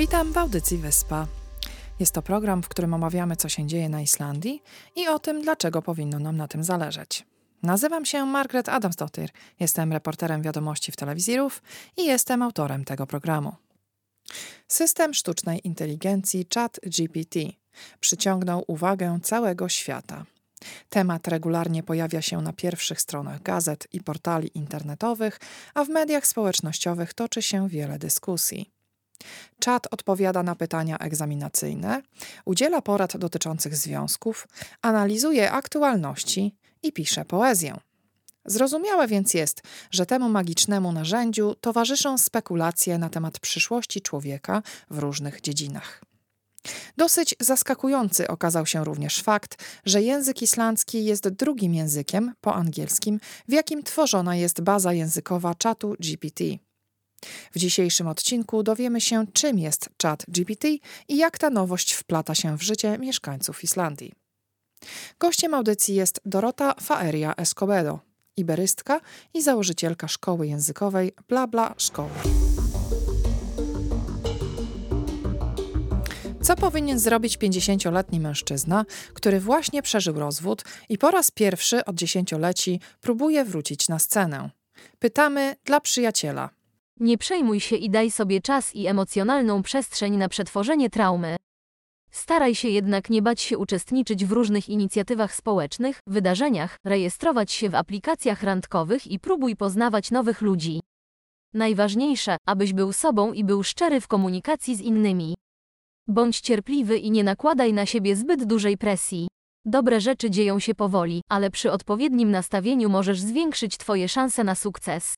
Witam w audycji Wyspa. Jest to program, w którym omawiamy, co się dzieje na Islandii i o tym, dlaczego powinno nam na tym zależeć. Nazywam się Margaret Adamsdottir, jestem reporterem wiadomości w telewizji RÚV i jestem autorem tego programu. System sztucznej inteligencji ChatGPT przyciągnął uwagę całego świata. Temat regularnie pojawia się na pierwszych stronach gazet i portali internetowych, a w mediach społecznościowych toczy się wiele dyskusji. Czat odpowiada na pytania egzaminacyjne, udziela porad dotyczących związków, analizuje aktualności i pisze poezję. Zrozumiałe więc jest, że temu magicznemu narzędziu towarzyszą spekulacje na temat przyszłości człowieka w różnych dziedzinach. Dosyć zaskakujący okazał się również fakt, że język islandzki jest drugim językiem, po angielskim, w jakim tworzona jest baza językowa czatu GPT. W dzisiejszym odcinku dowiemy się, czym jest ChatGPT i jak ta nowość wplata się w życie mieszkańców Islandii. Gościem audycji jest Dorota Faeria Escobedo, iberystka i założycielka szkoły językowej BlaBla Szkoły. Co powinien zrobić 50-letni mężczyzna, który właśnie przeżył rozwód i po raz pierwszy od dziesięcioleci próbuje wrócić na scenę? Pytamy dla przyjaciela. Nie przejmuj się i daj sobie czas i emocjonalną przestrzeń na przetworzenie traumy. Staraj się jednak nie bać się uczestniczyć w różnych inicjatywach społecznych, wydarzeniach, rejestrować się w aplikacjach randkowych i próbuj poznawać nowych ludzi. Najważniejsze, abyś był sobą i był szczery w komunikacji z innymi. Bądź cierpliwy i nie nakładaj na siebie zbyt dużej presji. Dobre rzeczy dzieją się powoli, ale przy odpowiednim nastawieniu możesz zwiększyć Twoje szanse na sukces.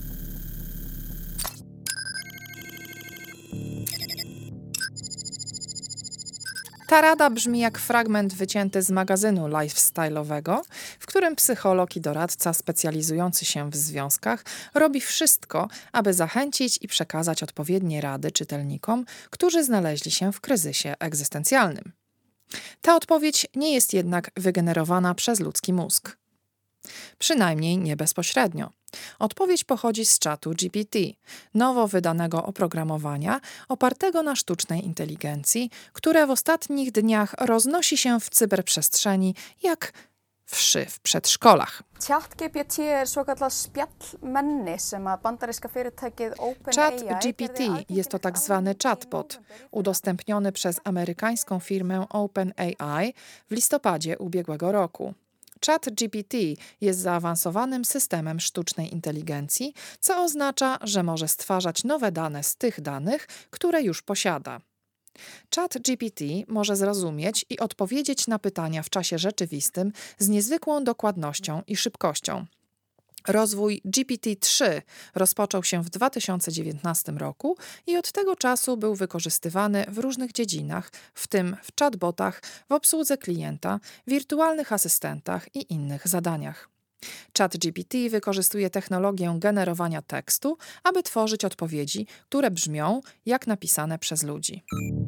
Ta rada brzmi jak fragment wycięty z magazynu lifestyle'owego, w którym psycholog i doradca specjalizujący się w związkach robi wszystko, aby zachęcić i przekazać odpowiednie rady czytelnikom, którzy znaleźli się w kryzysie egzystencjalnym. Ta odpowiedź nie jest jednak wygenerowana przez ludzki mózg. Przynajmniej nie bezpośrednio. Odpowiedź pochodzi z czatu GPT, nowo wydanego oprogramowania opartego na sztucznej inteligencji, które w ostatnich dniach roznosi się w cyberprzestrzeni jak wszy w przedszkolach. ChatGPT svokallað spjallmenni sem að bandaríska fyrirtækið OpenAI. ChatGPT jest to tak zwany chatbot, udostępniony przez amerykańską firmę OpenAI w listopadzie ubiegłego roku. ChatGPT jest zaawansowanym systemem sztucznej inteligencji, co oznacza, że może stwarzać nowe dane z tych danych, które już posiada. ChatGPT może zrozumieć i odpowiedzieć na pytania w czasie rzeczywistym z niezwykłą dokładnością i szybkością. Rozwój GPT-3 rozpoczął się w 2019 roku i od tego czasu był wykorzystywany w różnych dziedzinach, w tym w chatbotach, w obsłudze klienta, wirtualnych asystentach i innych zadaniach. ChatGPT wykorzystuje technologię generowania tekstu, aby tworzyć odpowiedzi, które brzmią jak napisane przez ludzi.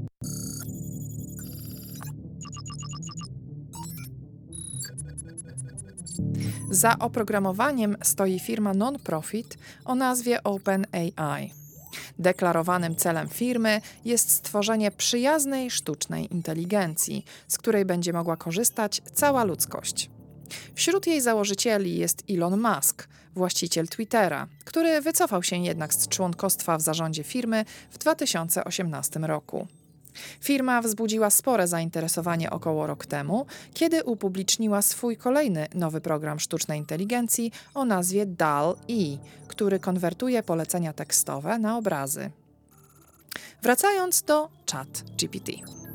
Za oprogramowaniem stoi firma non-profit o nazwie OpenAI. Deklarowanym celem firmy jest stworzenie przyjaznej sztucznej inteligencji, z której będzie mogła korzystać cała ludzkość. Wśród jej założycieli jest Elon Musk, właściciel Twittera, który wycofał się jednak z członkostwa w zarządzie firmy w 2018 roku. Firma wzbudziła spore zainteresowanie około rok temu, kiedy upubliczniła swój kolejny nowy program sztucznej inteligencji o nazwie DALL-E, który konwertuje polecenia tekstowe na obrazy. Wracając do ChatGPT.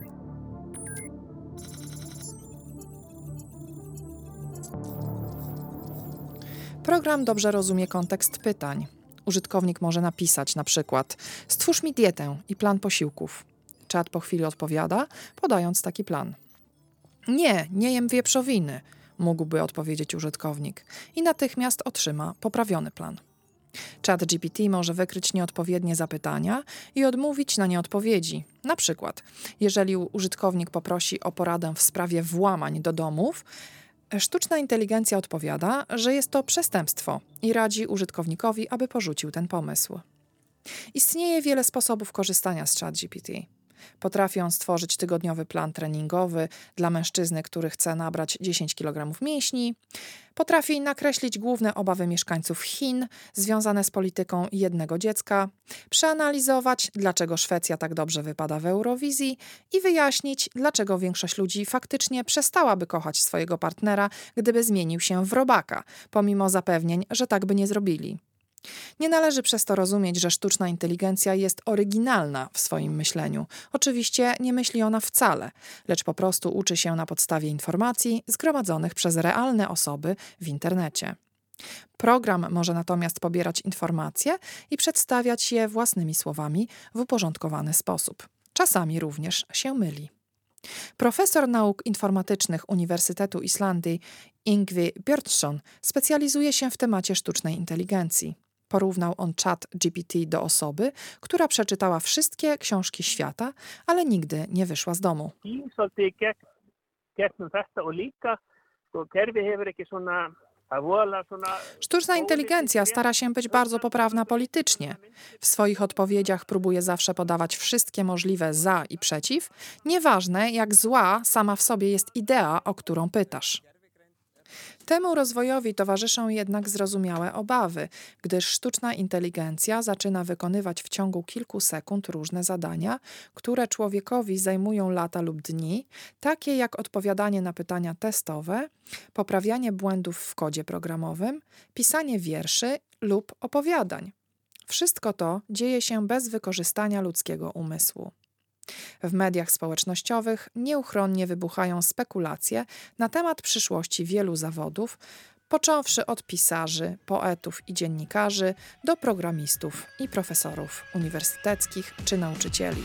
Program dobrze rozumie kontekst pytań. Użytkownik może napisać na przykład: stwórz mi dietę i plan posiłków. Czat po chwili odpowiada, podając taki plan. Nie jem wieprzowiny, mógłby odpowiedzieć użytkownik i natychmiast otrzyma poprawiony plan. ChatGPT może wykryć nieodpowiednie zapytania i odmówić na nie odpowiedzi. Na przykład, jeżeli użytkownik poprosi o poradę w sprawie włamań do domów, sztuczna inteligencja odpowiada, że jest to przestępstwo i radzi użytkownikowi, aby porzucił ten pomysł. Istnieje wiele sposobów korzystania z ChatGPT. Potrafi on stworzyć tygodniowy plan treningowy dla mężczyzny, który chce nabrać 10 kg mięśni. Potrafi nakreślić główne obawy mieszkańców Chin związane z polityką jednego dziecka, przeanalizować, dlaczego Szwecja tak dobrze wypada w Eurowizji i wyjaśnić, dlaczego większość ludzi faktycznie przestałaby kochać swojego partnera, gdyby zmienił się w robaka, pomimo zapewnień, że tak by nie zrobili. Nie należy przez to rozumieć, że sztuczna inteligencja jest oryginalna w swoim myśleniu. Oczywiście nie myśli ona wcale, lecz po prostu uczy się na podstawie informacji zgromadzonych przez realne osoby w internecie. Program może natomiast pobierać informacje i przedstawiać je własnymi słowami w uporządkowany sposób. Czasami również się myli. Profesor nauk informatycznych Uniwersytetu Islandii Yngvi Björnsson specjalizuje się w temacie sztucznej inteligencji. Porównał on ChatGPT do osoby, która przeczytała wszystkie książki świata, ale nigdy nie wyszła z domu. Sztuczna inteligencja stara się być bardzo poprawna politycznie. W swoich odpowiedziach próbuje zawsze podawać wszystkie możliwe za i przeciw, nieważne jak zła sama w sobie jest idea, o którą pytasz. Temu rozwojowi towarzyszą jednak zrozumiałe obawy, gdyż sztuczna inteligencja zaczyna wykonywać w ciągu kilku sekund różne zadania, które człowiekowi zajmują lata lub dni, takie jak odpowiadanie na pytania testowe, poprawianie błędów w kodzie programowym, pisanie wierszy lub opowiadań. Wszystko to dzieje się bez wykorzystania ludzkiego umysłu. W mediach społecznościowych nieuchronnie wybuchają spekulacje na temat przyszłości wielu zawodów, począwszy od pisarzy, poetów i dziennikarzy do programistów i profesorów uniwersyteckich czy nauczycieli.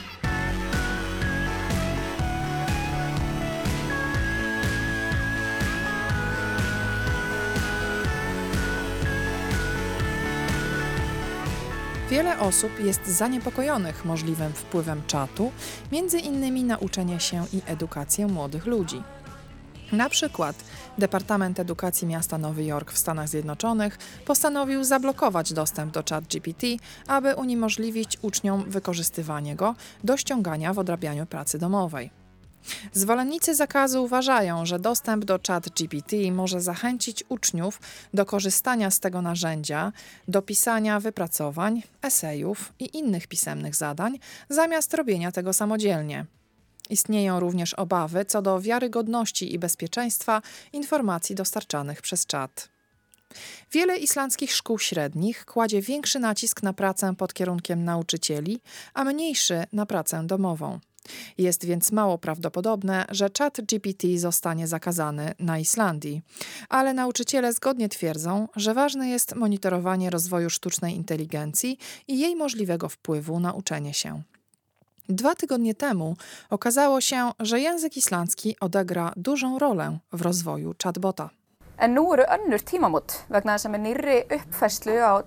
Wiele osób jest zaniepokojonych możliwym wpływem czatu, między innymi na uczenie się i edukację młodych ludzi. Na przykład Departament Edukacji Miasta Nowy Jork w Stanach Zjednoczonych postanowił zablokować dostęp do ChatGPT, aby uniemożliwić uczniom wykorzystywanie go do ściągania w odrabianiu pracy domowej. Zwolennicy zakazu uważają, że dostęp do ChatGPT może zachęcić uczniów do korzystania z tego narzędzia, do pisania wypracowań, esejów i innych pisemnych zadań, zamiast robienia tego samodzielnie. Istnieją również obawy co do wiarygodności i bezpieczeństwa informacji dostarczanych przez czat. Wiele islandzkich szkół średnich kładzie większy nacisk na pracę pod kierunkiem nauczycieli, a mniejszy na pracę domową. Jest więc mało prawdopodobne, że ChatGPT zostanie zakazany na Islandii, ale nauczyciele zgodnie twierdzą, że ważne jest monitorowanie rozwoju sztucznej inteligencji i jej możliwego wpływu na uczenie się. 2 tygodnie temu okazało się, że język islandzki odegra dużą rolę w rozwoju chatbota. En nú eru önnur tímamót vegna þess að með nýrri uppfærslu á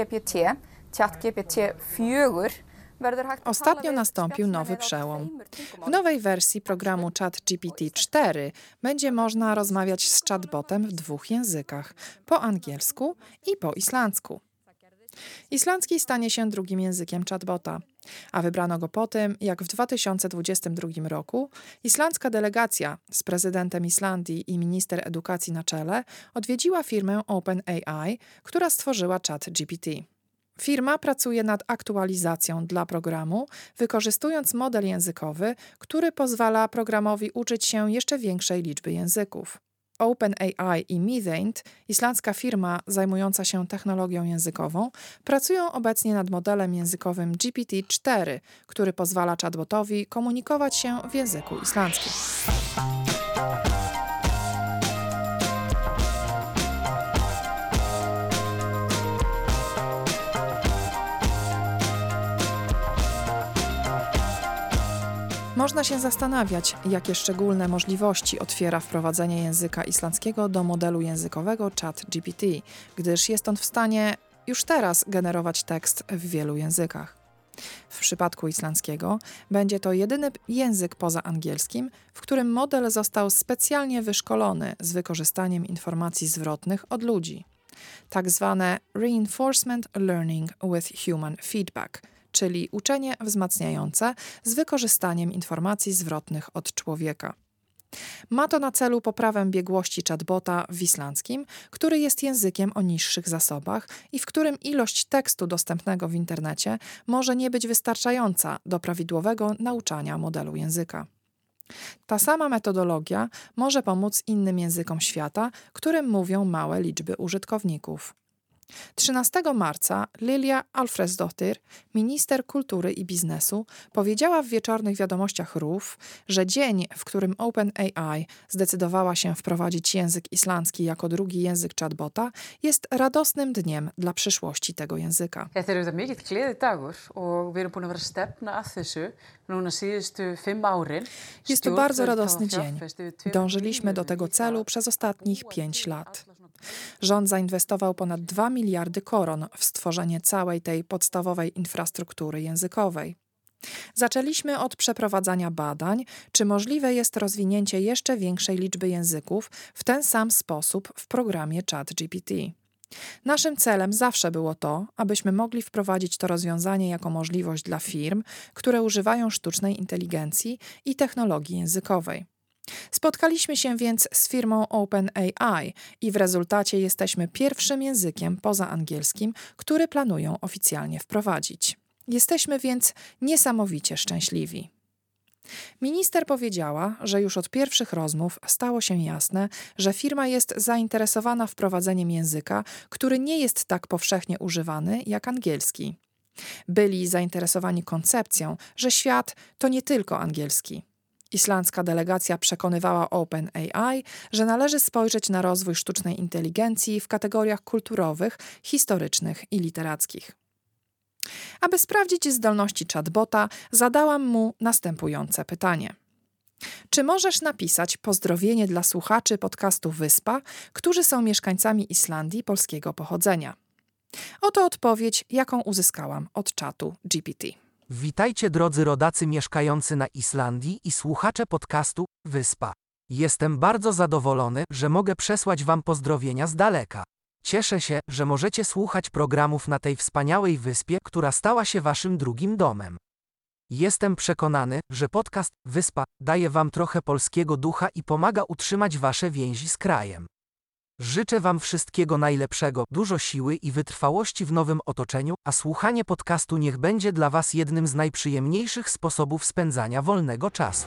ChatGPT 4 Ostatnio nastąpił nowy przełom. W nowej wersji programu ChatGPT 4 będzie można rozmawiać z chatbotem w 2 językach, po angielsku i po islandzku. Islandzki stanie się drugim językiem chatbota, a wybrano go po tym, jak w 2022 roku islandzka delegacja z prezydentem Islandii i minister edukacji na czele odwiedziła firmę OpenAI, która stworzyła ChatGPT. Firma pracuje nad aktualizacją dla programu, wykorzystując model językowy, który pozwala programowi uczyć się jeszcze większej liczby języków. OpenAI i Methane, islandzka firma zajmująca się technologią językową, pracują obecnie nad modelem językowym GPT-4, który pozwala chatbotowi komunikować się w języku islandzkim. Można się zastanawiać, jakie szczególne możliwości otwiera wprowadzenie języka islandzkiego do modelu językowego ChatGPT, gdyż jest on w stanie już teraz generować tekst w wielu językach. W przypadku islandzkiego będzie to jedyny język poza angielskim, w którym model został specjalnie wyszkolony z wykorzystaniem informacji zwrotnych od ludzi. tak zwane Reinforcement Learning with Human Feedback, czyli uczenie wzmacniające z wykorzystaniem informacji zwrotnych od człowieka. Ma to na celu poprawę biegłości chatbota w islandzkim, który jest językiem o niższych zasobach i w którym ilość tekstu dostępnego w internecie może nie być wystarczająca do prawidłowego nauczania modelu języka. Ta sama metodologia może pomóc innym językom świata, którym mówią małe liczby użytkowników. 13 marca Lilja Alfreðsdóttir, minister kultury i biznesu, powiedziała w wieczornych wiadomościach RÚV, że dzień, w którym OpenAI zdecydowała się wprowadzić język islandzki jako drugi język chatbota, jest radosnym dniem dla przyszłości tego języka. Þetta auðvitað mikill gleðidagur og við erum búin að vera að stefna að þessu núna síðustu 5 árin. Jest to bardzo radosny dzień. Dążyliśmy do tego celu przez ostatnich 5 lat. Rząd zainwestował ponad 2 miliardy koron w stworzenie całej tej podstawowej infrastruktury językowej. Zaczęliśmy od przeprowadzania badań, czy możliwe jest rozwinięcie jeszcze większej liczby języków w ten sam sposób w programie ChatGPT. Naszym celem zawsze było to, abyśmy mogli wprowadzić to rozwiązanie jako możliwość dla firm, które używają sztucznej inteligencji i technologii językowej. Spotkaliśmy się więc z firmą OpenAI i w rezultacie jesteśmy pierwszym językiem poza angielskim, który planują oficjalnie wprowadzić. Jesteśmy więc niesamowicie szczęśliwi. Minister powiedziała, że już od pierwszych rozmów stało się jasne, że firma jest zainteresowana wprowadzeniem języka, który nie jest tak powszechnie używany jak angielski. Byli zainteresowani koncepcją, że świat to nie tylko angielski. Islandzka delegacja przekonywała OpenAI, że należy spojrzeć na rozwój sztucznej inteligencji w kategoriach kulturowych, historycznych i literackich. Aby sprawdzić zdolności chatbota, zadałam mu następujące pytanie. Czy możesz napisać pozdrowienie dla słuchaczy podcastu Wyspa, którzy są mieszkańcami Islandii polskiego pochodzenia? Oto odpowiedź, jaką uzyskałam od czatu GPT. Witajcie drodzy rodacy mieszkający na Islandii i słuchacze podcastu Wyspa. Jestem bardzo zadowolony, że mogę przesłać wam pozdrowienia z daleka. Cieszę się, że możecie słuchać programów na tej wspaniałej wyspie, która stała się waszym drugim domem. Jestem przekonany, że podcast Wyspa daje wam trochę polskiego ducha i pomaga utrzymać wasze więzi z krajem. Życzę wam wszystkiego najlepszego, dużo siły i wytrwałości w nowym otoczeniu, a słuchanie podcastu niech będzie dla was jednym z najprzyjemniejszych sposobów spędzania wolnego czasu.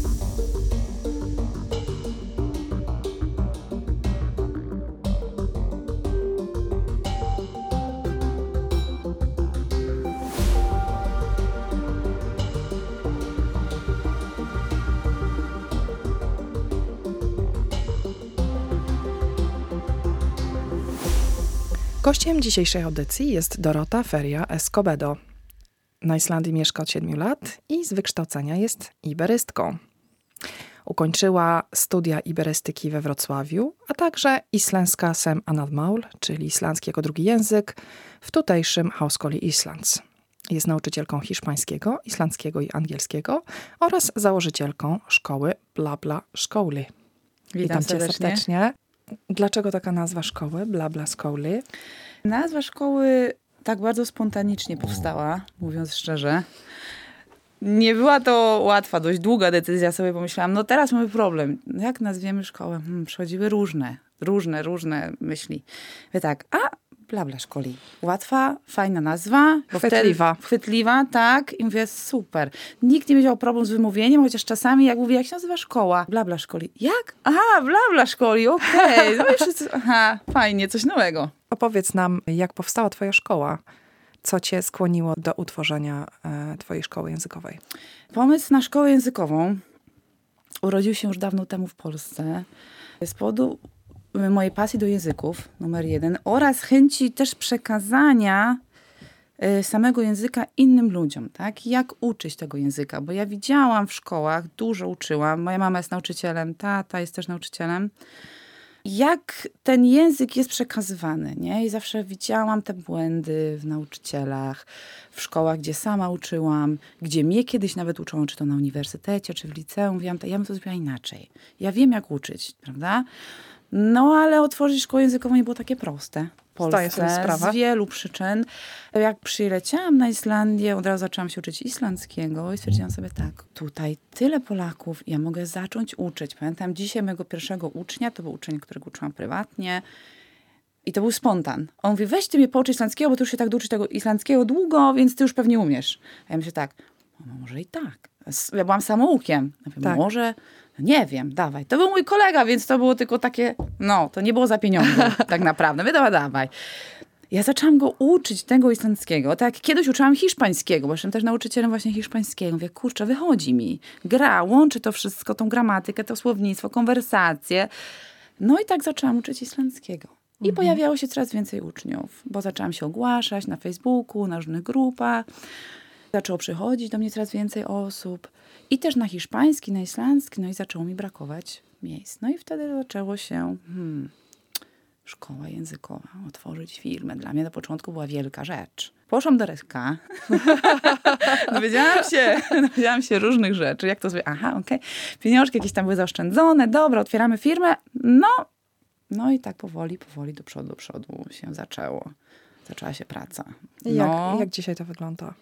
Gościem dzisiejszej audycji jest Dorota Feria Escobedo. Na Islandii mieszka od 7 lat i z wykształcenia jest iberystką. Ukończyła studia iberystyki we Wrocławiu, a także isländska sem annað, czyli islandzki jako drugi język, w tutejszym Háskóli Íslands. Jest nauczycielką hiszpańskiego, islandzkiego i angielskiego oraz założycielką szkoły Blabla Skóli. Witam cię serdecznie. Dlaczego taka nazwa szkoły, Blabla Skóli? Nazwa szkoły tak bardzo spontanicznie powstała, mówiąc szczerze. Nie była to łatwa, dość długa decyzja. Sobie pomyślałam, no teraz mamy problem. Jak nazwiemy szkołę? Przychodziły różne myśli. Mówię tak, Blabla Skóli. Łatwa, fajna nazwa. Chwytliwa, tak. I mówię, super. Nikt nie miał problem z wymówieniem, chociaż czasami jak mówię, jak się nazywa szkoła? Blabla Skóli. Jak? Aha, Blabla Skóli, okej. No i wszyscy, fajnie, coś nowego. Opowiedz nam, jak powstała twoja szkoła. Co cię skłoniło do utworzenia twojej szkoły językowej? Pomysł na szkołę językową urodził się już dawno temu w Polsce z powodu mojej pasji do języków, numer 1, oraz chęci też przekazania samego języka innym ludziom, tak? Jak uczyć tego języka, bo ja widziałam w szkołach, dużo uczyłam, moja mama jest nauczycielem, tata jest też nauczycielem, jak ten język jest przekazywany, nie? I zawsze widziałam te błędy w nauczycielach, w szkołach, gdzie sama uczyłam, gdzie mnie kiedyś nawet uczono, czy to na uniwersytecie, czy w liceum, ja bym to zrobiła inaczej. Ja wiem, jak uczyć, prawda? No, ale otworzyć szkołę językową nie było takie proste. Zdaję sobie Polsce sprawę. z wielu przyczyn. Jak przyleciałam na Islandię, od razu zaczęłam się uczyć islandzkiego i stwierdziłam sobie tak, tutaj tyle Polaków, ja mogę zacząć uczyć. Pamiętam dzisiaj mojego pierwszego ucznia, to był uczeń, którego uczyłam prywatnie. I to był spontan. On mówi, weź ty mnie poucz islandzkiego, bo ty już się tak uczysz tego islandzkiego długo, więc ty już pewnie umiesz. A ja myślę tak, no może i tak. Ja byłam samoukiem. Ja mówię, Tak. może, nie wiem, dawaj. To był mój kolega, więc to było tylko takie, no, to nie było za pieniądze tak naprawdę. My dawaj. Ja zaczęłam go uczyć tego islandzkiego. Tak jak kiedyś uczyłam hiszpańskiego, bo jestem też nauczycielem właśnie hiszpańskiego. Mówię, kurczę, wychodzi mi. Gra, łączy to wszystko, tą gramatykę, to słownictwo, konwersację. No i tak zaczęłam uczyć islandzkiego. I pojawiało się coraz więcej uczniów, bo zaczęłam się ogłaszać na Facebooku, na różnych grupach. Zaczęło przychodzić do mnie coraz więcej osób. I też na hiszpański, na islandzki. No i zaczęło mi brakować miejsc. No i wtedy zaczęło się szkoła językowa, otworzyć firmę. Dla mnie na początku była wielka rzecz. Poszłam do RSK. Dowiedziałam się różnych rzeczy. Jak to zrobię? Aha, okej. Pieniążki jakieś tam były zaoszczędzone. Dobra, otwieramy firmę. No i tak powoli do przodu się zaczęło. Zaczęła się praca. Jak dzisiaj to wygląda?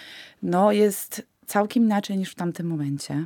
No jest całkiem inaczej niż w tamtym momencie.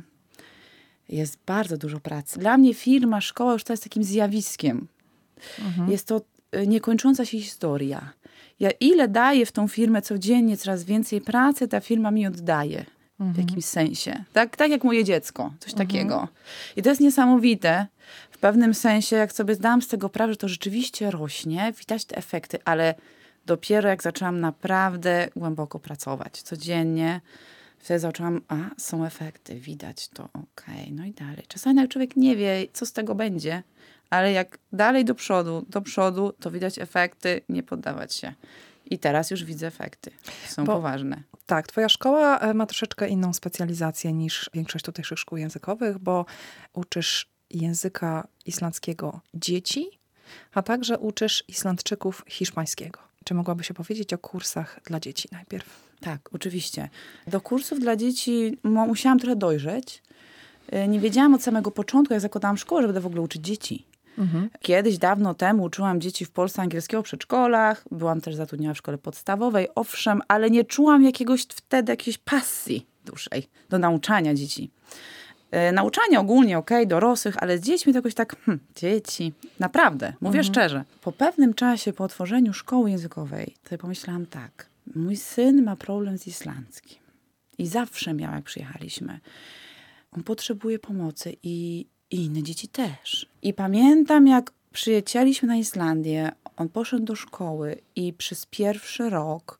Jest bardzo dużo pracy. Dla mnie firma, szkoła już to jest takim zjawiskiem. Jest to niekończąca się historia. Ja ile daję w tą firmę codziennie coraz więcej pracy, ta firma mi oddaje. W jakimś sensie. Tak jak moje dziecko. Coś takiego. I to jest niesamowite. W pewnym sensie, jak sobie zdałam z tego prawa, że to rzeczywiście rośnie, widać te efekty, ale dopiero jak zaczęłam naprawdę głęboko pracować codziennie, wtedy zaczęłam, są efekty, widać to, okej, no i dalej. Czasami nawet człowiek nie wie, co z tego będzie, ale jak dalej do przodu, to widać efekty, nie poddawać się. I teraz już widzę efekty. Są poważne. Tak, twoja szkoła ma troszeczkę inną specjalizację niż większość tutejszych szkół językowych, bo uczysz języka islandzkiego dzieci, a także uczysz Islandczyków hiszpańskiego. Czy mogłabyś opowiedzieć o kursach dla dzieci najpierw? Tak, oczywiście. Do kursów dla dzieci musiałam trochę dojrzeć. Nie wiedziałam od samego początku, jak zakładałam szkołę, że będę w ogóle uczyć dzieci. Kiedyś, dawno temu uczyłam dzieci w Polsce angielskiego w przedszkolach. Byłam też zatrudniona w szkole podstawowej, owszem, ale nie czułam wtedy jakiejś pasji dłuższej do nauczania dzieci. Nauczanie ogólnie, dorosłych, ale z dziećmi to jakoś tak, dzieci, naprawdę, mówię szczerze. Po pewnym czasie, po otworzeniu szkoły językowej, to pomyślałam tak, mój syn ma problem z islandzkim. I zawsze miał, jak przyjechaliśmy. On potrzebuje pomocy i inne dzieci też. I pamiętam, jak przyjechaliśmy na Islandię, on poszedł do szkoły i przez pierwszy rok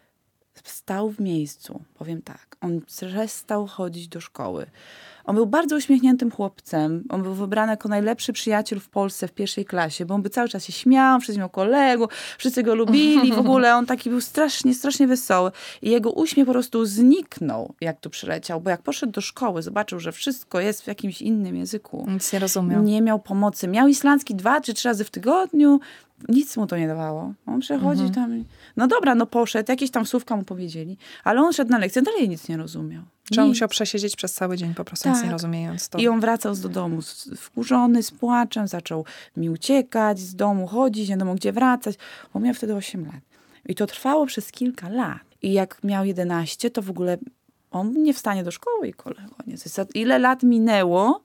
stał w miejscu. Powiem tak, on przestał chodzić do szkoły. On był bardzo uśmiechniętym chłopcem. On był wybrany jako najlepszy przyjaciel w Polsce w pierwszej klasie, bo on by cały czas się śmiał, wszyscy miał kolegów, wszyscy go lubili. W ogóle on taki był strasznie wesoły. I jego uśmiech po prostu zniknął, jak tu przyleciał, bo jak poszedł do szkoły, zobaczył, że wszystko jest w jakimś innym języku. Nic nie rozumiał. Nie miał pomocy. Miał islandzki 2 czy 3 razy w tygodniu. Nic mu to nie dawało. On przechodzi tam. No dobra, poszedł, jakieś tam słówka mu powiedzieli, ale on szedł na lekcję, dalej nic nie rozumiał. Czy on musiał przesiedzieć przez cały dzień, po prostu nic nie rozumiejąc to. I on wracał do domu wkurzony, z płaczem, zaczął mi uciekać z domu, chodzić, nie wiadomo gdzie wracać. On miał wtedy 8 lat. I to trwało przez kilka lat. I jak miał 11, to w ogóle on nie wstanie do szkoły i koniec. Ile lat minęło,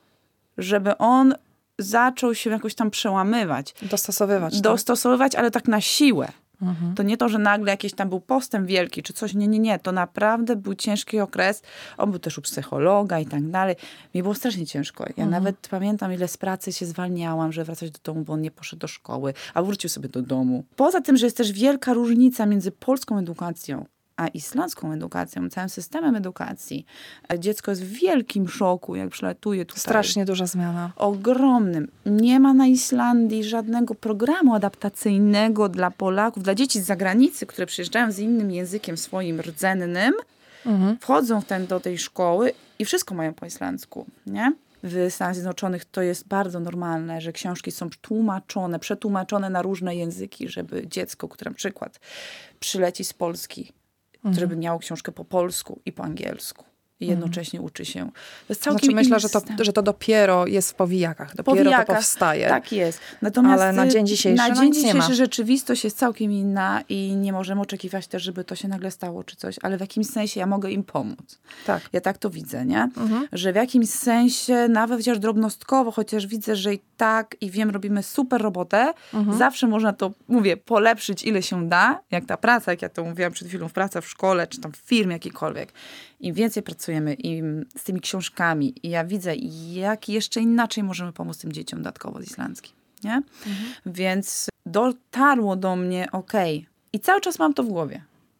żeby on zaczął się jakoś tam przełamywać. Dostosowywać, ale tak na siłę. To nie to, że nagle jakiś tam był postęp wielki, czy coś. Nie. To naprawdę był ciężki okres. On był też u psychologa i tak dalej. Mi było strasznie ciężko. Ja nawet pamiętam, ile z pracy się zwalniałam, żeby wracać do domu, bo on nie poszedł do szkoły, a wrócił sobie do domu. Poza tym, że jest też wielka różnica między polską edukacją a islandzką edukacją, całym systemem edukacji. Dziecko jest w wielkim szoku, jak przylatuje tutaj. Strasznie duża zmiana. Ogromnym. Nie ma na Islandii żadnego programu adaptacyjnego dla Polaków, dla dzieci z zagranicy, które przyjeżdżają z innym językiem swoim rdzennym, wchodzą do tej szkoły i wszystko mają po islandzku, nie? W Stanach Zjednoczonych to jest bardzo normalne, że książki są przetłumaczone na różne języki, żeby dziecko, które na przykład przyleci z Polski, żeby miało książkę po polsku i po angielsku. i jednocześnie uczy się. To jest całkiem Znaczy myślę, inny że to dopiero jest w powijakach. Dopiero to powstaje. Tak jest. Natomiast ale na dzień dzisiejszy nic nie ma. rzeczywistość jest całkiem inna i nie możemy oczekiwać też, żeby to się nagle stało czy coś, ale w jakimś sensie ja mogę im pomóc. Tak. Ja tak to widzę, nie? Że w jakimś sensie, nawet chociaż drobnostkowo, chociaż widzę, że i tak i wiem, robimy super robotę, zawsze można to, mówię, polepszyć ile się da, jak ta praca, jak ja to mówiłam przed chwilą, praca w szkole, czy tam w firmie jakiejkolwiek. Im więcej pracujemy z tymi książkami i ja widzę, jak jeszcze inaczej możemy pomóc tym dzieciom dodatkowo z islandzkim, nie? Więc dotarło do mnie, i cały czas mam to w głowie,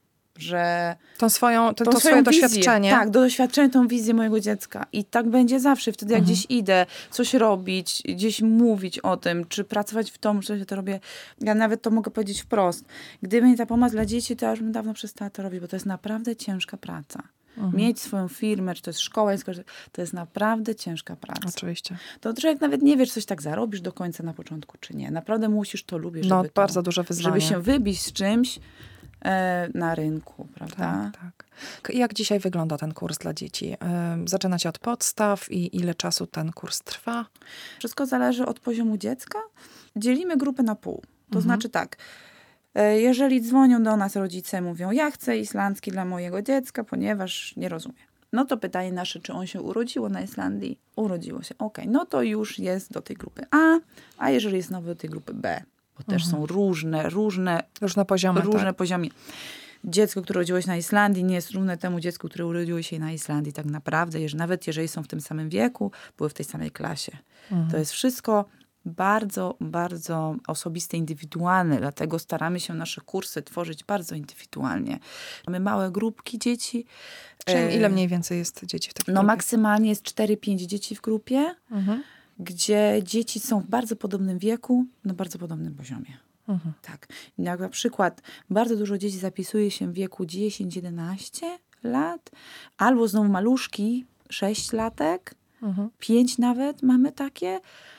że To swoje wizję, doświadczenie. Tak, doświadczenie, tą wizję mojego dziecka. I tak będzie zawsze. Wtedy jak gdzieś idę, coś robić, gdzieś mówić o tym, czy pracować w domu, że to robię. Ja nawet to mogę powiedzieć wprost. Gdyby nie ta pomoc dla dzieci, to ja już bym dawno przestała to robić, bo to jest naprawdę ciężka praca. Mieć swoją firmę, czy to jest szkoła, to jest naprawdę ciężka praca. Oczywiście. To człowiek nawet nie wie, czy coś tak zarobisz do końca na początku, czy nie. Naprawdę musisz to lubić, żeby bardzo duże wyzwanie. żeby się wybić z czymś na rynku, prawda? Tak. Jak dzisiaj wygląda ten kurs dla dzieci? Zaczynacie od podstaw i ile czasu ten kurs trwa? Wszystko zależy od poziomu dziecka. Dzielimy grupę na pół. To znaczy tak, jeżeli dzwonią do nas rodzice, mówią, ja chcę islandzki dla mojego dziecka, ponieważ nie rozumie. No to pytanie nasze, czy on się urodziło na Islandii? Urodziło się. No to już jest do tej grupy a jeżeli jest nowy, do tej grupy B. Bo też są różne poziomy. Dziecko, które urodziło się na Islandii, nie jest równe temu dziecku, które urodziło się na Islandii tak naprawdę. Nawet jeżeli są w tym samym wieku, były w tej samej klasie. To jest wszystko bardzo, bardzo osobiste, indywidualne. Dlatego staramy się nasze kursy tworzyć bardzo indywidualnie. Mamy małe grupki dzieci. Czyli ile mniej więcej jest dzieci w takiej grupie? Maksymalnie jest 4-5 dzieci w grupie, gdzie dzieci są w bardzo podobnym wieku, na bardzo podobnym poziomie. Tak. Jak na przykład bardzo dużo dzieci zapisuje się w wieku 10-11 lat, albo znowu maluszki, 6 latek, 5 nawet mamy takie.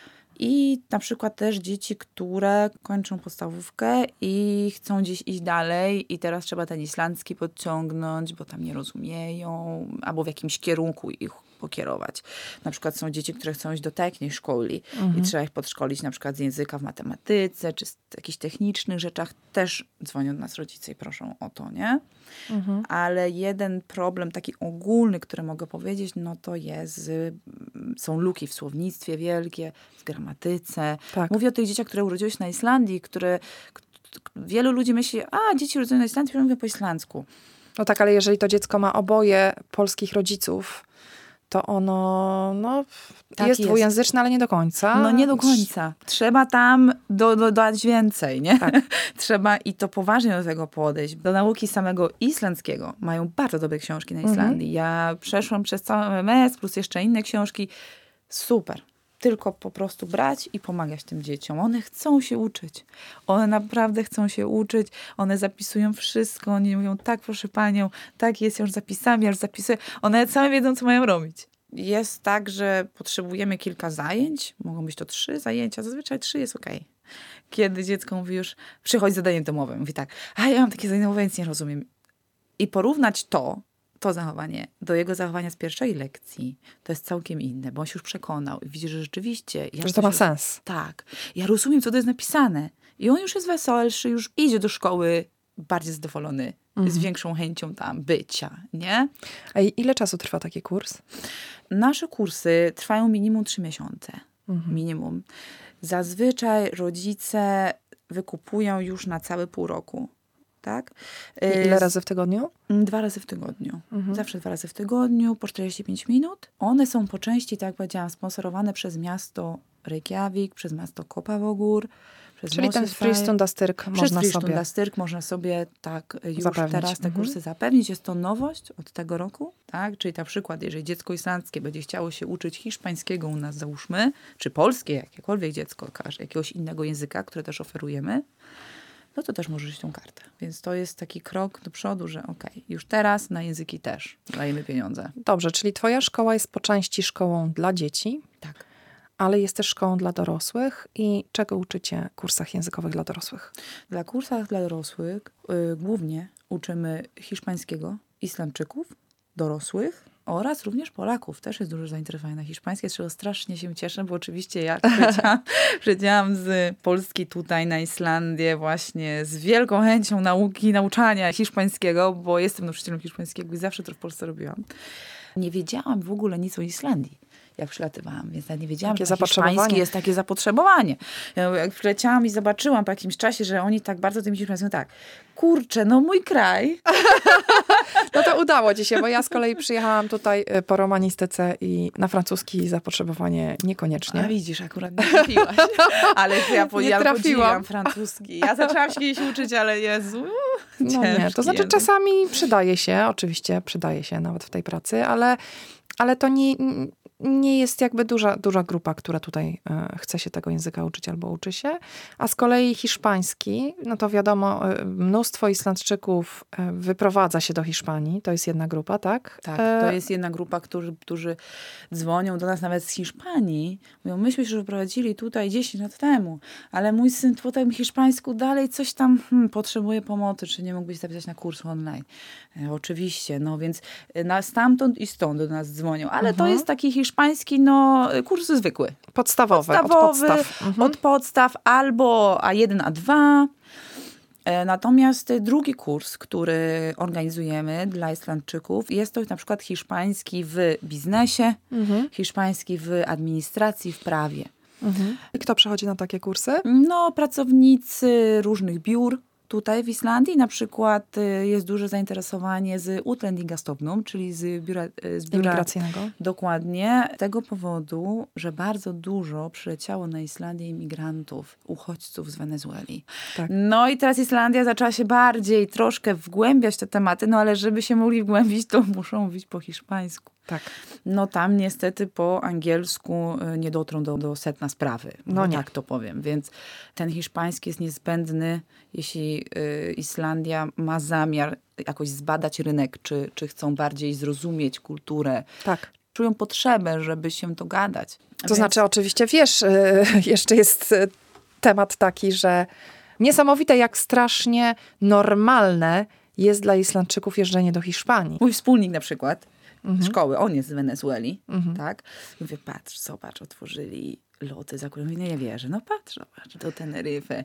I na przykład też dzieci, które kończą podstawówkę i chcą gdzieś iść dalej i teraz trzeba ten islandzki podciągnąć, bo tam nie rozumieją, albo w jakimś kierunku ich pokierować. Na przykład są dzieci, które chcą iść do takiej szkoły i trzeba ich podszkolić na przykład z języka w matematyce, czy z jakichś technicznych rzeczach. Też dzwonią do nas rodzice i proszą o to, nie? Ale jeden problem taki ogólny, który mogę powiedzieć, no to są luki w słownictwie wielkie, w gramatyce. Tak. Mówię o tych dzieciach, które urodziły się na Islandii, wielu ludzi myśli, dzieci urodzone na Islandii, mówią po islandzku. No tak, ale jeżeli to dziecko ma oboje polskich rodziców, to ono jest dwujęzyczne, ale nie do końca. No nie do końca. Trzeba tam dodać więcej, nie? Tak. Trzeba i to poważnie do tego podejść. Do nauki samego islandzkiego mają bardzo dobre książki na Islandii. Ja przeszłam przez cały MS, plus jeszcze inne książki. Super. Tylko po prostu brać i pomagać tym dzieciom. One chcą się uczyć. One naprawdę chcą się uczyć. One zapisują wszystko. Oni mówią, tak, proszę panią, tak jest, ja już zapisałam, ja już zapisuję. One same wiedzą, co mają robić. Jest tak, że potrzebujemy kilka zajęć. Mogą być to 3 zajęcia. Zazwyczaj 3 jest okej. Kiedy dziecko mówi już, przychodzi z zadaniem domowym. Mówi tak, ja mam takie zadanie domowe, nic nie rozumiem. I porównać to zachowanie do jego zachowania z pierwszej lekcji, to jest całkiem inne, bo on się już przekonał i widzi, że rzeczywiście... Że to ma sens. Tak. Ja rozumiem, co to jest napisane. I on już jest weselszy, już idzie do szkoły bardziej zadowolony, z większą chęcią tam bycia, nie? A ile czasu trwa taki kurs? Nasze kursy trwają minimum 3 miesiące. Minimum. Zazwyczaj rodzice wykupują już na całe pół roku. Tak? I ile razy w tygodniu? 2 razy w tygodniu. Zawsze 2 razy w tygodniu, po 45 minut. One są po części, tak jak powiedziałam, sponsorowane przez miasto Reykjavik, przez miasto Kopavogur. Czyli ten Frístundastyrk można sobie tak już zapewnić. Teraz te kursy zapewnić. Jest to nowość od tego roku. Tak? Czyli na przykład, jeżeli dziecko islandzkie będzie chciało się uczyć hiszpańskiego u nas, załóżmy, czy polskie, jakiekolwiek dziecko, jakiegoś innego języka, które też oferujemy, no to też możesz tą kartę. Więc to jest taki krok do przodu, że już teraz na języki też dajemy pieniądze. Dobrze, czyli twoja szkoła jest po części szkołą dla dzieci, tak, ale jest też szkołą dla dorosłych. I czego uczycie w kursach językowych dla dorosłych? Dla kursach dla dorosłych głównie uczymy hiszpańskiego Islandczyków, dorosłych, Oraz również Polaków. Też jest dużo zainteresowania na hiszpańskie, z czego strasznie się cieszę, bo oczywiście jak przyleciałam z Polski tutaj na Islandię właśnie z wielką chęcią nauczania hiszpańskiego, bo jestem nauczycielem hiszpańskiego i zawsze to w Polsce robiłam. Nie wiedziałam w ogóle nic o Islandii, jak przylatywałam, więc ja nie wiedziałam, że na hiszpański jest takie zapotrzebowanie. Jak przyleciałam i zobaczyłam po jakimś czasie, że oni tak bardzo tym hiszpańskim, tak, kurczę, no mój kraj. No to udało ci się, bo ja z kolei przyjechałam tutaj po romanistyce i na francuski zapotrzebowanie niekoniecznie. A widzisz, akurat nie trafiłaś. Ale ja podziwiam francuski. Ja zaczęłam się kiedyś uczyć, ale Jezu, no nie, to znaczy czasami przydaje się, oczywiście przydaje się nawet w tej pracy, ale to nie jest jakby duża grupa, która tutaj chce się tego języka uczyć albo uczy się. A z kolei hiszpański, no to wiadomo, mnóstwo Islandczyków wyprowadza się do Hiszpanii. To jest jedna grupa, tak? Tak, to jest jedna grupa, którzy dzwonią do nas nawet z Hiszpanii. Mówią, myśmy się wyprowadzili tutaj 10 lat temu, ale mój syn po tym hiszpańsku dalej coś tam potrzebuje pomocy, czy nie mógłbyś zapisać na kurs online. Oczywiście, no więc stamtąd i stąd do nas dzwonią, ale to jest taki hiszpański, no, kurs zwykły. Podstawowy, od podstaw albo A1, A2. Natomiast drugi kurs, który organizujemy dla Islandczyków, jest to na przykład hiszpański w biznesie, hiszpański w administracji, w prawie. I kto przychodzi na takie kursy? No, pracownicy różnych biur. Tutaj w Islandii na przykład jest duże zainteresowanie z Utlendingastofnun, czyli z biura imigracyjnego. Dokładnie. Z tego powodu, że bardzo dużo przyleciało na Islandię imigrantów, uchodźców z Wenezueli. Tak. No i teraz Islandia zaczęła się bardziej troszkę wgłębiać te tematy, no ale żeby się mogli wgłębić, to muszą mówić po hiszpańsku. Tak. No tam niestety po angielsku nie dotrą do sedna sprawy. No nie. Tak to powiem. Więc ten hiszpański jest niezbędny, jeśli Islandia ma zamiar jakoś zbadać rynek, czy chcą bardziej zrozumieć kulturę. Tak. Czują potrzebę, żeby się dogadać. To znaczy oczywiście wiesz, jeszcze jest temat taki, że niesamowite jak strasznie normalne jest dla Islandczyków jeżdżenie do Hiszpanii. Mój wspólnik na przykład szkoły, on jest z Wenezueli, tak? Mówię, patrz, zobacz, otworzyli loty za kurą. Nie wierzę. No patrz, zobacz, do Teneryfy.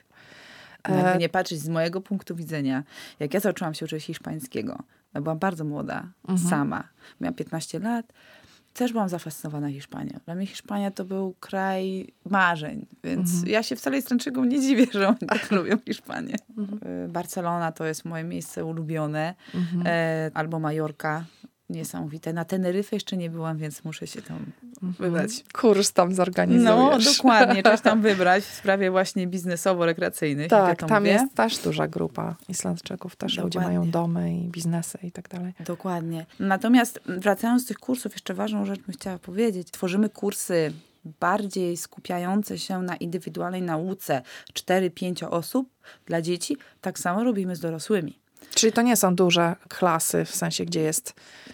Jakby nie patrzeć z mojego punktu widzenia, jak ja zaczęłam się uczyć hiszpańskiego, ja byłam bardzo młoda, sama. Miałam 15 lat. Też byłam zafascynowana Hiszpanią. Dla mnie Hiszpania to był kraj marzeń, więc ja się wcale Islandczykom nie dziwię, że oni tak lubią Hiszpanię. Barcelona to jest moje miejsce ulubione. Albo Majorka. Niesamowite. Na Teneryfę jeszcze nie byłam, więc muszę się tam wybrać. Kurs tam zorganizujesz. No, dokładnie. Coś tam wybrać w sprawie właśnie biznesowo-rekreacyjnych. Tak, ja tam jest też duża grupa Islandczyków. Też ludzie mają domy i biznesy i tak dalej. Dokładnie. Natomiast wracając z tych kursów, jeszcze ważną rzecz bym chciała powiedzieć. Tworzymy kursy bardziej skupiające się na indywidualnej nauce 4-5 osób dla dzieci. Tak samo robimy z dorosłymi. Czyli to nie są duże klasy, w sensie, gdzie jest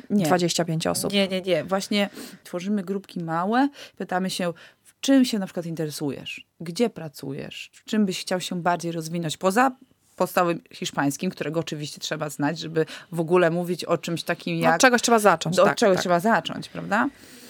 25 osób. Nie. Właśnie tworzymy grupki małe. Pytamy się, w czym się na przykład interesujesz? Gdzie pracujesz? W czym byś chciał się bardziej rozwinąć? Poza podstawowym hiszpańskim, którego oczywiście trzeba znać, żeby w ogóle mówić o czymś takim jak... Od czegoś trzeba zacząć. Od czegoś trzeba zacząć, prawda?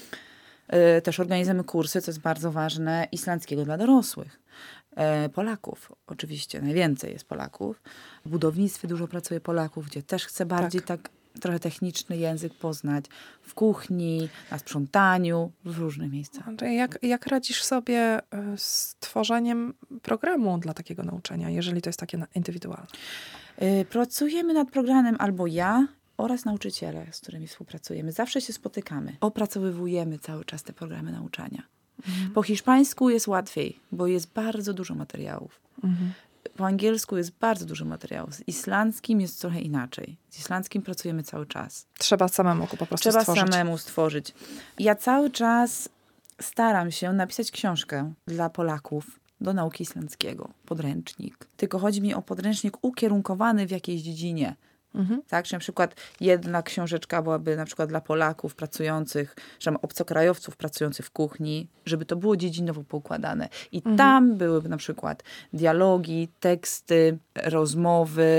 Też organizujemy kursy, co jest bardzo ważne, islandzkiego dla dorosłych. Polaków, oczywiście, najwięcej jest Polaków. W budownictwie dużo pracuje Polaków, gdzie też chcę bardziej tak trochę techniczny język poznać. W kuchni, na sprzątaniu, w różnych miejscach. Jak radzisz sobie z tworzeniem programu dla takiego nauczania, jeżeli to jest takie indywidualne? Pracujemy nad programem albo ja oraz nauczyciele, z którymi współpracujemy. Zawsze się spotykamy. Opracowywujemy cały czas te programy nauczania. Po hiszpańsku jest łatwiej, bo jest bardzo dużo materiałów. Po angielsku jest bardzo dużo materiałów. Z islandzkim jest trochę inaczej. Z islandzkim pracujemy cały czas. Trzeba samemu po prostu stworzyć. Trzeba samemu stworzyć. Ja cały czas staram się napisać książkę dla Polaków do nauki islandzkiego. Podręcznik. Tylko chodzi mi o podręcznik ukierunkowany w jakiejś dziedzinie. Tak, czy na przykład jedna książeczka byłaby na przykład dla Polaków pracujących, że obcokrajowców pracujących w kuchni, żeby to było dziedzinowo poukładane. I tam byłyby na przykład dialogi, teksty, rozmowy,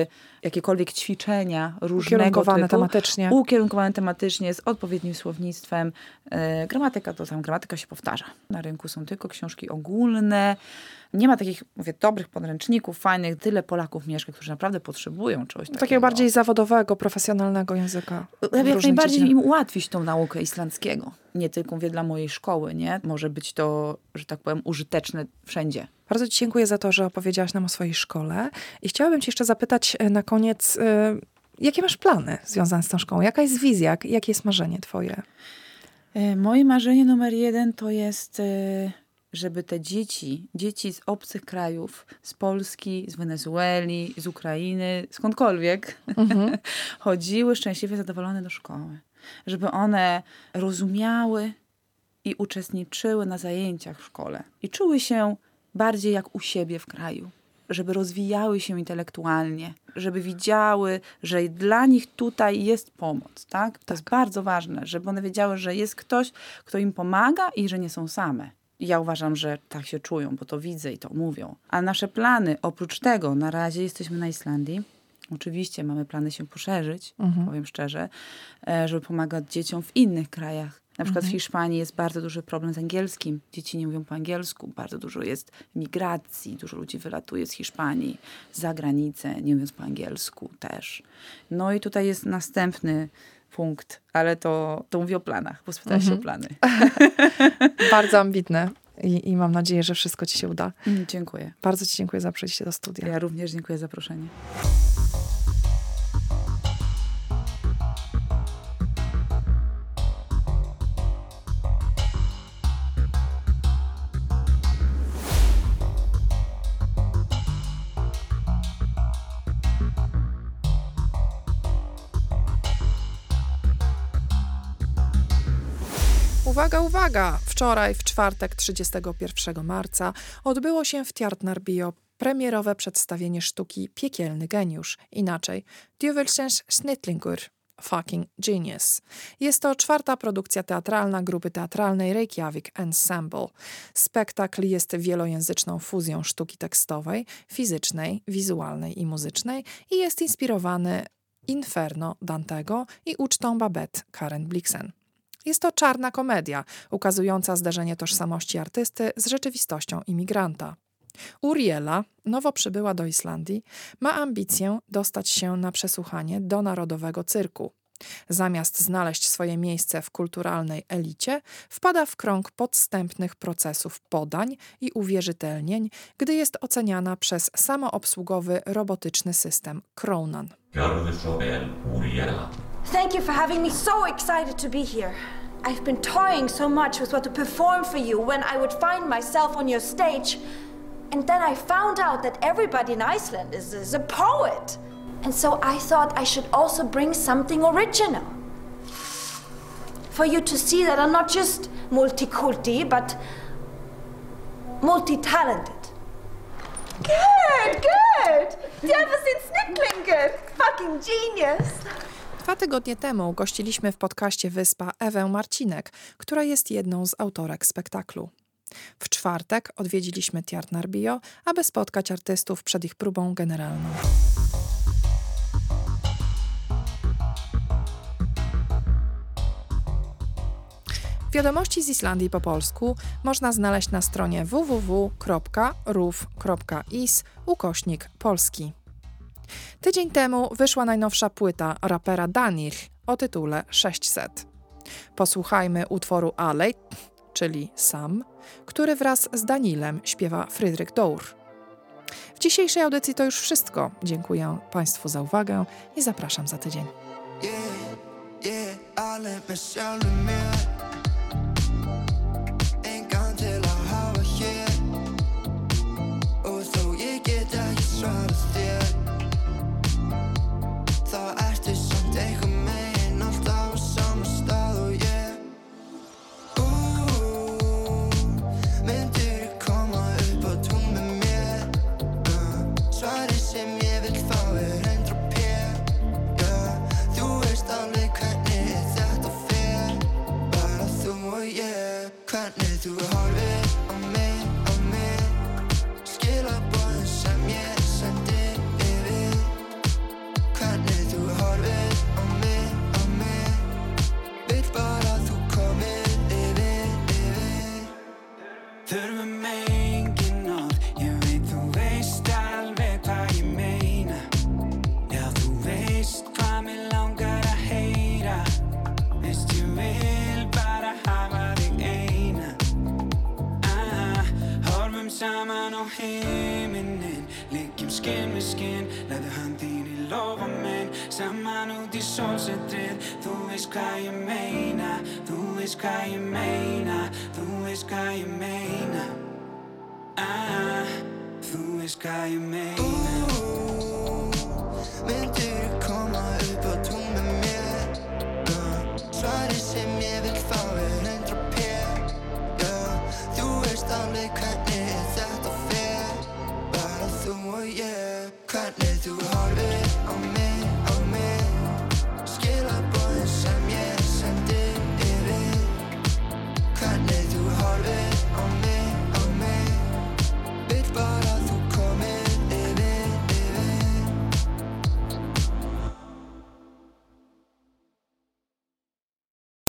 jakiekolwiek ćwiczenia różnego Ukierunkowane typu. tematycznie. Ukierunkowane tematycznie, z odpowiednim słownictwem. Gramatyka to tam, gramatyka się powtarza. Na rynku są tylko książki ogólne. Nie ma takich, mówię, dobrych podręczników, fajnych. Tyle Polaków mieszka, którzy naprawdę potrzebują czegoś takiego. Takiego bardziej zawodowego, profesjonalnego języka. Jak najbardziej im ułatwić tą naukę islandzkiego. Nie tylko, mówię, dla mojej szkoły, nie? Może być to, że tak powiem, użyteczne wszędzie. Bardzo ci dziękuję za to, że opowiedziałaś nam o swojej szkole. I chciałabym cię jeszcze zapytać na koniec, jakie masz plany związane z tą szkołą? Jaka jest wizja? Jakie jest marzenie twoje? Moje marzenie numer 1 to jest, żeby te dzieci z obcych krajów, z Polski, z Wenezueli, z Ukrainy, skądkolwiek, chodziły szczęśliwie zadowolone do szkoły. Żeby one rozumiały i uczestniczyły na zajęciach w szkole. I czuły się bardziej jak u siebie w kraju. Żeby rozwijały się intelektualnie. Żeby widziały, że dla nich tutaj jest pomoc. Tak? To jest bardzo ważne. Żeby one wiedziały, że jest ktoś, kto im pomaga i że nie są same. I ja uważam, że tak się czują, bo to widzę i to mówią. A nasze plany, oprócz tego, na razie jesteśmy na Islandii. Oczywiście mamy plany się poszerzyć, powiem szczerze, żeby pomagać dzieciom w innych krajach. Na przykład w Hiszpanii jest bardzo duży problem z angielskim. Dzieci nie mówią po angielsku. Bardzo dużo jest migracji. Dużo ludzi wylatuje z Hiszpanii za granicę, nie mówiąc po angielsku też. No i tutaj jest następny punkt, ale to mówię o planach, bo spytałaś się o plany. Bardzo ambitne i mam nadzieję, że wszystko ci się uda. Dziękuję. Bardzo ci dziękuję za przyjście do studia. Ja również dziękuję za zaproszenie. Uwaga, uwaga! Wczoraj, w czwartek 31 marca, odbyło się w Tjarnarbíó premierowe przedstawienie sztuki Piekielny geniusz, inaczej Djöfulsins Snillingur, Fucking Genius. Jest to 4. produkcja teatralna grupy teatralnej Reykjavik Ensemble. Spektakl jest wielojęzyczną fuzją sztuki tekstowej, fizycznej, wizualnej i muzycznej i jest inspirowany Inferno Dantego i Ucztą Babette Karen Blixen. Jest to czarna komedia, ukazująca zderzenie tożsamości artysty z rzeczywistością imigranta. Uriela, nowo przybyła do Islandii, ma ambicję dostać się na przesłuchanie do Narodowego Cyrku. Zamiast znaleźć swoje miejsce w kulturalnej elicie, wpada w krąg podstępnych procesów podań i uwierzytelnień, gdy jest oceniana przez samoobsługowy robotyczny system Kronan. Thank you for having me so excited to be here. I've been toying so much with what to perform for you when I would find myself on your stage. And then I found out that everybody in Iceland is a poet. And so I thought I should also bring something original. For you to see that I'm not just multikulti, but multi-talented. Good! Djöfulsins Snillingur! Fucking genius! 2 tygodnie temu gościliśmy w podcaście Wyspa Ewę Marcinek, która jest jedną z autorek spektaklu. W czwartek odwiedziliśmy Tjarnarbíó, aby spotkać artystów przed ich próbą generalną. Wiadomości z Islandii po polsku można znaleźć na stronie www.ruf.is/polski. Tydzień temu wyszła najnowsza płyta rapera Danir o tytule 600. Posłuchajmy utworu Alej, czyli Sam, który wraz z Danilem śpiewa Fryderyk Dour. W dzisiejszej audycji to już wszystko. Dziękuję Państwu za uwagę i zapraszam za tydzień. saman á himinin, liggjum skinn við skinn, legðu hönd þín í lófa minn, saman út í sólsetrið. Þú veist hvað ég meina, þú veist hvað ég meina, þú veist hvað ég meina. Þú veist hvað ég meina. Myndirðu koma upp á tún með mér? Svarið sem ég vil fá er 100p. Þú veist alveg hvernig þetta fer, bara þú og ég. Hvernig þú horfir á mig.